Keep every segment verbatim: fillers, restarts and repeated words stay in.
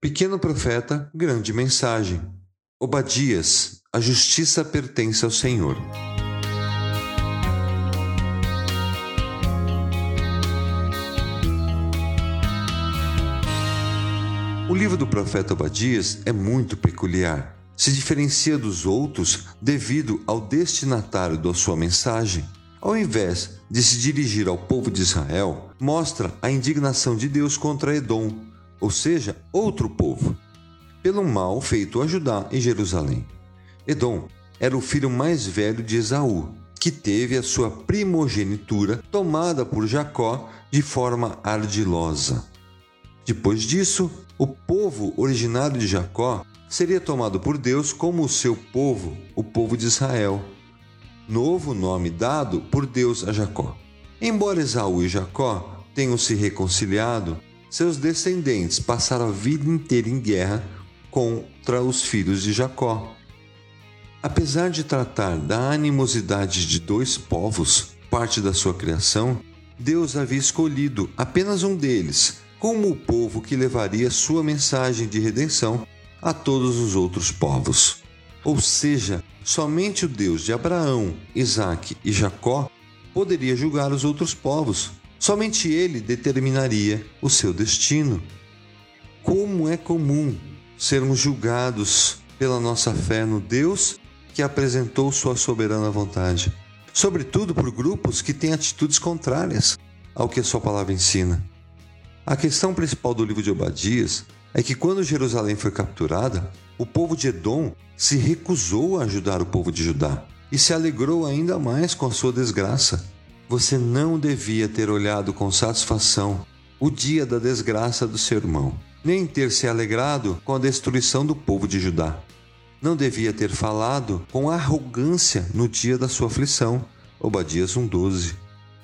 Pequeno profeta, grande mensagem. Obadias, a justiça pertence ao Senhor. O livro do profeta Obadias é muito peculiar. Se diferencia dos outros devido ao destinatário da sua mensagem. Ao invés de se dirigir ao povo de Israel, mostra a indignação de Deus contra Edom, ou seja, outro povo, pelo mal feito a Judá e Jerusalém. Edom era o filho mais velho de Esaú, que teve a sua primogenitura tomada por Jacó de forma ardilosa. Depois disso, o povo originário de Jacó seria tomado por Deus como o seu povo, o povo de Israel, novo nome dado por Deus a Jacó. Embora Esaú e Jacó tenham se reconciliado, seus descendentes passaram a vida inteira em guerra contra os filhos de Jacó. Apesar de tratar da animosidade de dois povos, parte da sua criação, Deus havia escolhido apenas um deles como o povo que levaria sua mensagem de redenção a todos os outros povos. Ou seja, somente o Deus de Abraão, Isaque e Jacó poderia julgar os outros povos. Somente ele determinaria o seu destino. Como é comum sermos julgados pela nossa fé no Deus que apresentou sua soberana vontade, sobretudo por grupos que têm atitudes contrárias ao que a sua palavra ensina. A questão principal do livro de Obadias é que quando Jerusalém foi capturada, o povo de Edom se recusou a ajudar o povo de Judá e se alegrou ainda mais com a sua desgraça. Você não devia ter olhado com satisfação o dia da desgraça do seu irmão, nem ter se alegrado com a destruição do povo de Judá. Não devia ter falado com arrogância no dia da sua aflição. Obadias um, doze.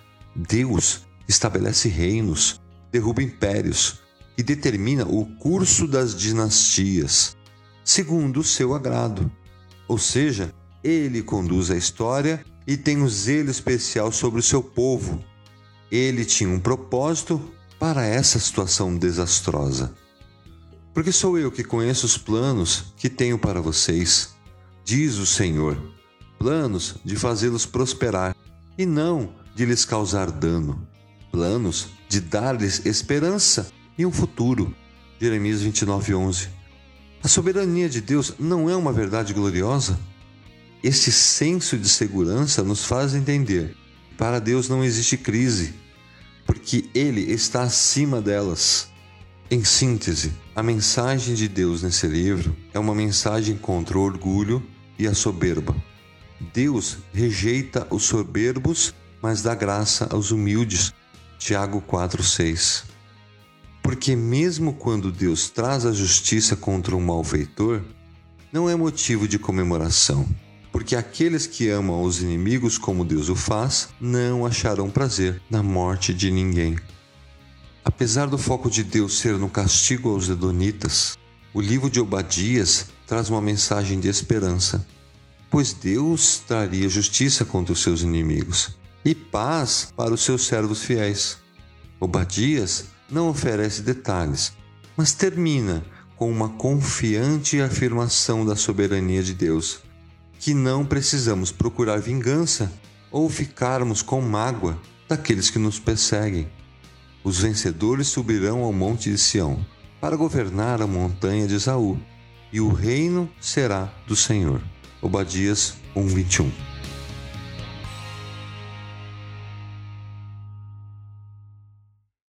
Deus estabelece reinos, derruba impérios e determina o curso das dinastias, segundo o seu agrado. Ou seja, ele conduz a história e tem um zelo especial sobre o seu povo. Ele tinha um propósito para essa situação desastrosa. Porque sou eu que conheço os planos que tenho para vocês, diz o Senhor, planos de fazê-los prosperar e não de lhes causar dano, planos de dar-lhes esperança e um futuro. Jeremias vinte e nove, onze. A soberania de Deus não é uma verdade gloriosa? Este senso de segurança nos faz entender que para Deus não existe crise, porque Ele está acima delas. Em síntese, a mensagem de Deus nesse livro é uma mensagem contra o orgulho e a soberba. Deus rejeita os soberbos, mas dá graça aos humildes. Tiago quatro, seis. Porque mesmo quando Deus traz a justiça contra um malfeitor, não é motivo de comemoração. Porque aqueles que amam os inimigos como Deus o faz, não acharão prazer na morte de ninguém. Apesar do foco de Deus ser no castigo aos edonitas, o livro de Obadias traz uma mensagem de esperança, pois Deus traria justiça contra os seus inimigos e paz para os seus servos fiéis. Obadias não oferece detalhes, mas termina com uma confiante afirmação da soberania de Deus, que não precisamos procurar vingança ou ficarmos com mágoa daqueles que nos perseguem. Os vencedores subirão ao monte de Sião para governar a montanha de Esaú, e o reino será do Senhor. Obadias um, vinte e um.